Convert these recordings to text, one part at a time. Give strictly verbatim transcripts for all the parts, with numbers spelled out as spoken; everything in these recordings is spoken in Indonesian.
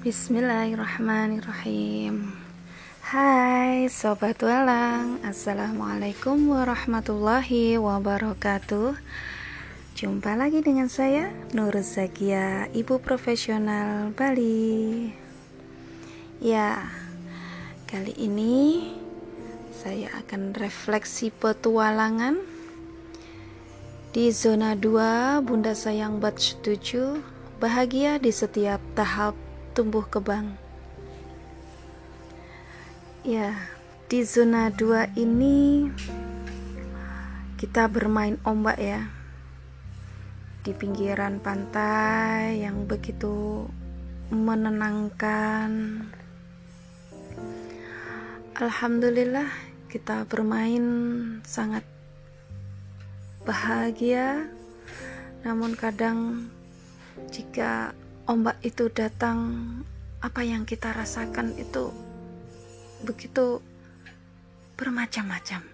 Bismillahirrahmanirrahim. Hai Sobat Walang, Assalamualaikum warahmatullahi wabarakatuh. Jumpa lagi dengan saya Nur Zakia, Ibu Profesional Bali. Ya, kali ini saya akan refleksi petualangan di zona dua Bunda Sayang batch tujuh, bahagia di setiap tahap tumbuh kembang. Ya, di zona dua ini kita bermain ombak ya, di pinggiran pantai yang begitu menenangkan. Alhamdulillah kita bermain sangat bahagia. Namun kadang jika ombak itu datang, apa yang kita rasakan itu begitu bermacam-macam.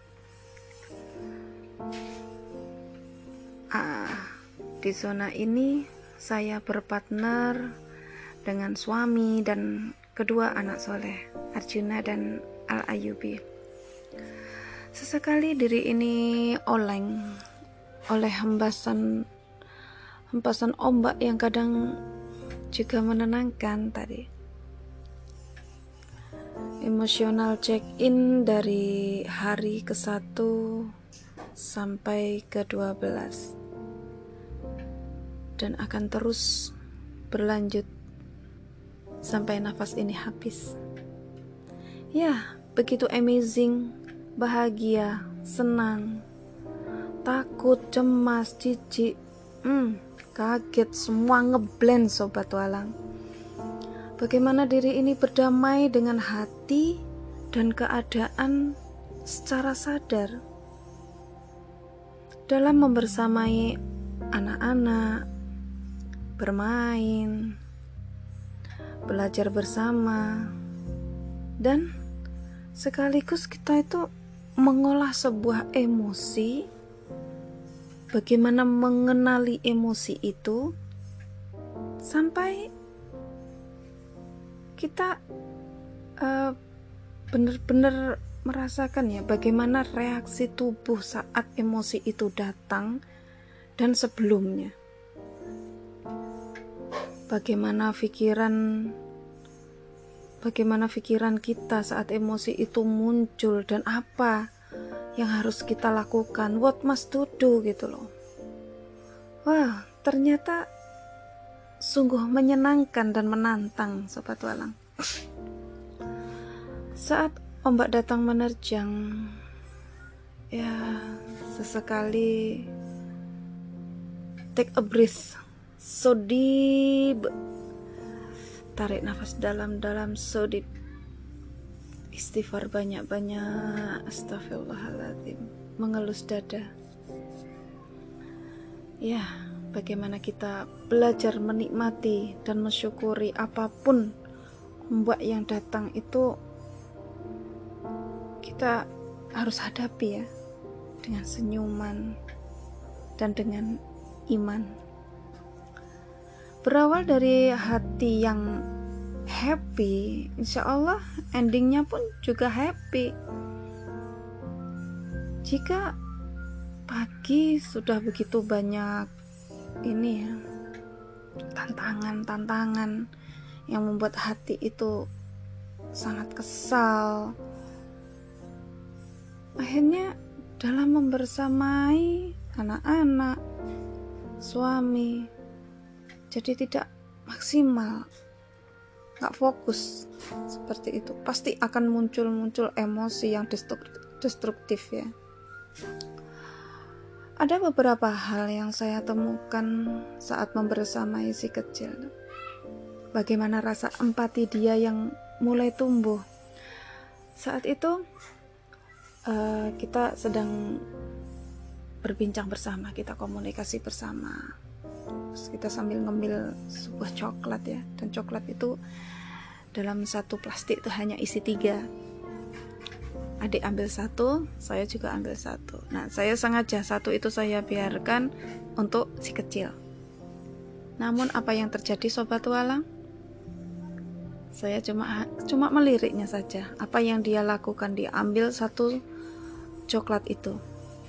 Ah, di zona ini saya berpartner dengan suami dan kedua anak soleh, Arjuna dan Al-Ayubi. Sesekali diri ini oleng oleh hembasan hempasan ombak yang kadang juga menenangkan tadi. Emosional check-in dari hari ke satu sampai ke dua belas, dan akan terus berlanjut sampai nafas ini habis. Ya, begitu amazing, bahagia, senang, takut, cemas, jijik, hmm, kaget, semua ngeblend Sobat Walang. Bagaimana diri ini berdamai dengan hati dan keadaan secara sadar dalam membersamai anak-anak, bermain, belajar bersama, dan sekaligus kita itu mengolah sebuah emosi. Bagaimana mengenali emosi itu sampai kita uh, benar-benar merasakan ya bagaimana reaksi tubuh saat emosi itu datang dan sebelumnya. Bagaimana pikiran bagaimana pikiran kita saat emosi itu muncul dan apa yang harus kita lakukan, what must to do gitu loh. Wah, ternyata sungguh menyenangkan dan menantang Sobat Walang. Saat ombak datang menerjang, ya sesekali take a breath, so deep, tarik nafas dalam-dalam, so deep, istighfar banyak-banyak, astagfirullahaladzim, mengelus dada. Ya, bagaimana kita belajar menikmati dan mensyukuri apapun ombak yang datang itu, kita harus hadapi ya dengan senyuman dan dengan iman. Berawal dari hati yang happy, insya Allah endingnya pun juga happy. Jika pagi sudah begitu banyak ini ya, tantangan-tantangan yang membuat hati itu sangat kesal, akhirnya dalam membersamai anak-anak, suami, jadi tidak maksimal, gak fokus seperti itu. Pasti akan muncul-muncul emosi yang destruktif ya. Ada beberapa hal yang saya temukan saat membersamai si kecil. Bagaimana rasa empati dia yang mulai tumbuh. Saat itu uh, kita sedang berbincang bersama, kita komunikasi bersama. Terus kita sambil ngemil sebuah coklat ya, dan coklat itu dalam satu plastik itu hanya isi tiga. Adik ambil satu, saya juga ambil satu. Nah, saya sengaja satu itu saya biarkan untuk si kecil. Namun apa yang terjadi Sobat Walang? Saya cuma cuma meliriknya saja. Apa yang dia lakukan, dia ambil satu coklat itu.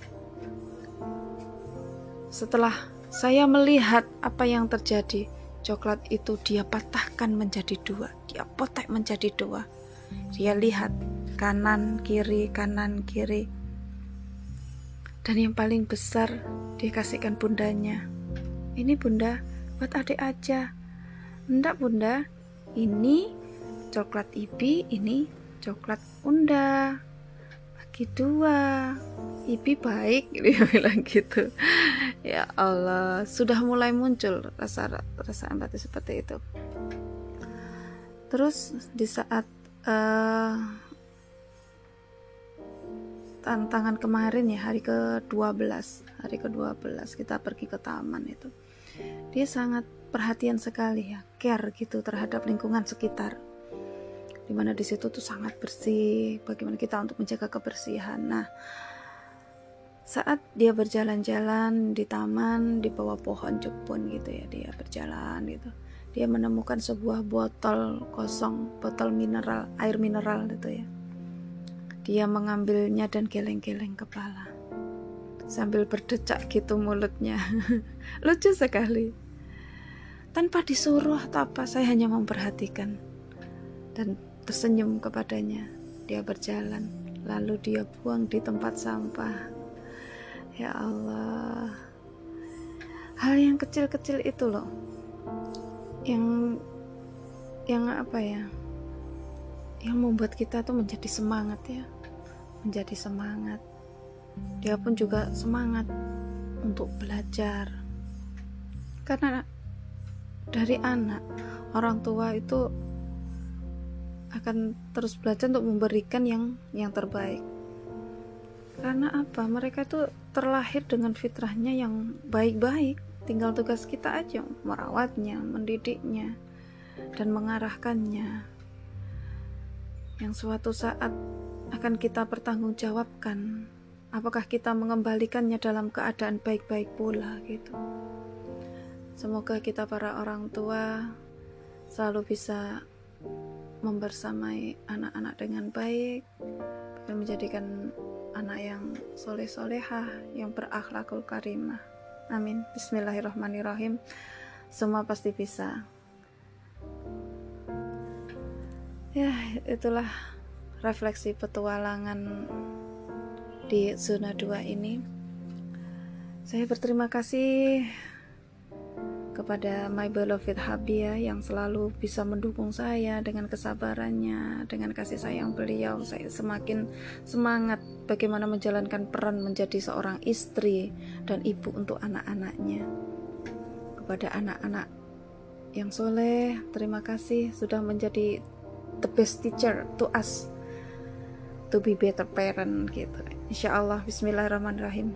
Setelah saya melihat apa yang terjadi, coklat itu dia patahkan menjadi dua, dia potek menjadi dua. Dia lihat kanan kiri kanan kiri, dan yang paling besar dia kasihkan bundanya. Ini bunda, buat adik aja. Enggak bunda, ini coklat Ibi, ini coklat Unda, bagi dua. Ibi baik, dia bilang gitu. Ya Allah, sudah mulai muncul rasa rasa empati seperti itu. Terus di saat uh, tantangan kemarin ya, hari ke dua belas, hari ke dua belas kita pergi ke taman itu. Dia sangat perhatian sekali ya, care gitu terhadap lingkungan sekitar. Dimana di situ tuh sangat bersih, bagaimana kita untuk menjaga kebersihan. Nah, saat dia berjalan-jalan di taman di bawah pohon jepun gitu ya, dia berjalan gitu, dia menemukan sebuah botol kosong, botol mineral, air mineral gitu ya. Dia mengambilnya dan geleng-geleng kepala sambil berdecak gitu mulutnya. Lucu sekali. Tanpa disuruh atau apa, saya hanya memperhatikan dan tersenyum kepadanya. Dia berjalan, lalu dia buang di tempat sampah. Ya Allah, hal yang kecil-kecil itu loh, yang yang apa ya, yang membuat kita tuh menjadi semangat ya, menjadi semangat. Dia pun juga semangat untuk belajar, karena dari anak, orang tua itu akan terus belajar untuk memberikan yang yang terbaik. Karena apa? Mereka itu terlahir dengan fitrahnya yang baik-baik. Tinggal tugas kita aja merawatnya, mendidiknya, dan mengarahkannya. Yang suatu saat akan kita pertanggungjawabkan. Apakah kita mengembalikannya dalam keadaan baik-baik pula gitu. Semoga kita para orang tua selalu bisa membersamai anak-anak dengan baik dan menjadikan anak yang soleh-solehah, yang berakhlakul karimah. Amin. Bismillahirrahmanirrahim. Semua pasti bisa. Ya, itulah refleksi petualangan di zona dua ini. Saya berterima kasih kepada my beloved hubby ya, yang selalu bisa mendukung saya dengan kesabarannya, dengan kasih sayang beliau. Saya semakin semangat bagaimana menjalankan peran menjadi seorang istri dan ibu untuk anak-anaknya. Kepada anak-anak yang soleh, terima kasih sudah menjadi the best teacher to us to be better parent gitu. Insyaallah. Bismillahirrahmanirrahim.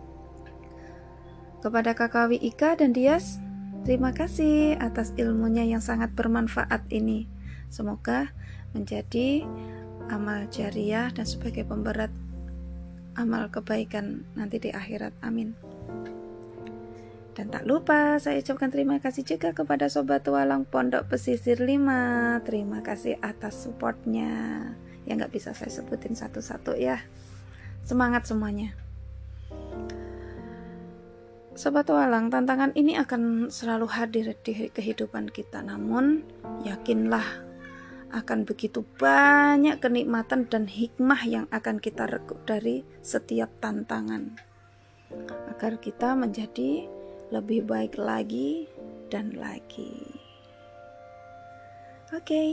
Kepada Kakak Ika dan Dias, terima kasih atas ilmunya yang sangat bermanfaat ini. Semoga menjadi amal jariah dan sebagai pemberat amal kebaikan nanti di akhirat. Amin. Dan tak lupa saya ucapkan terima kasih juga kepada Sobat Tualang Pondok Pesisir lima. Terima kasih atas supportnya, yang gak bisa saya sebutin satu-satu ya. Semangat semuanya. Sobat Tualang, tantangan ini akan selalu hadir di kehidupan kita. Namun yakinlah akan begitu banyak kenikmatan dan hikmah yang akan kita rekuk dari setiap tantangan, agar kita menjadi lebih baik lagi dan lagi. Oke, okay.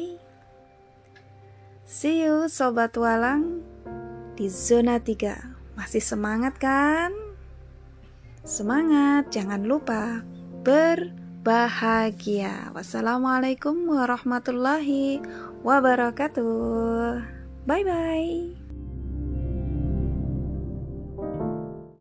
See you Sobat Tualang di zona tiga. Masih semangat kan? Semangat, jangan lupa berbahagia. Wassalamualaikum warahmatullahi wabarakatuh. Bye bye.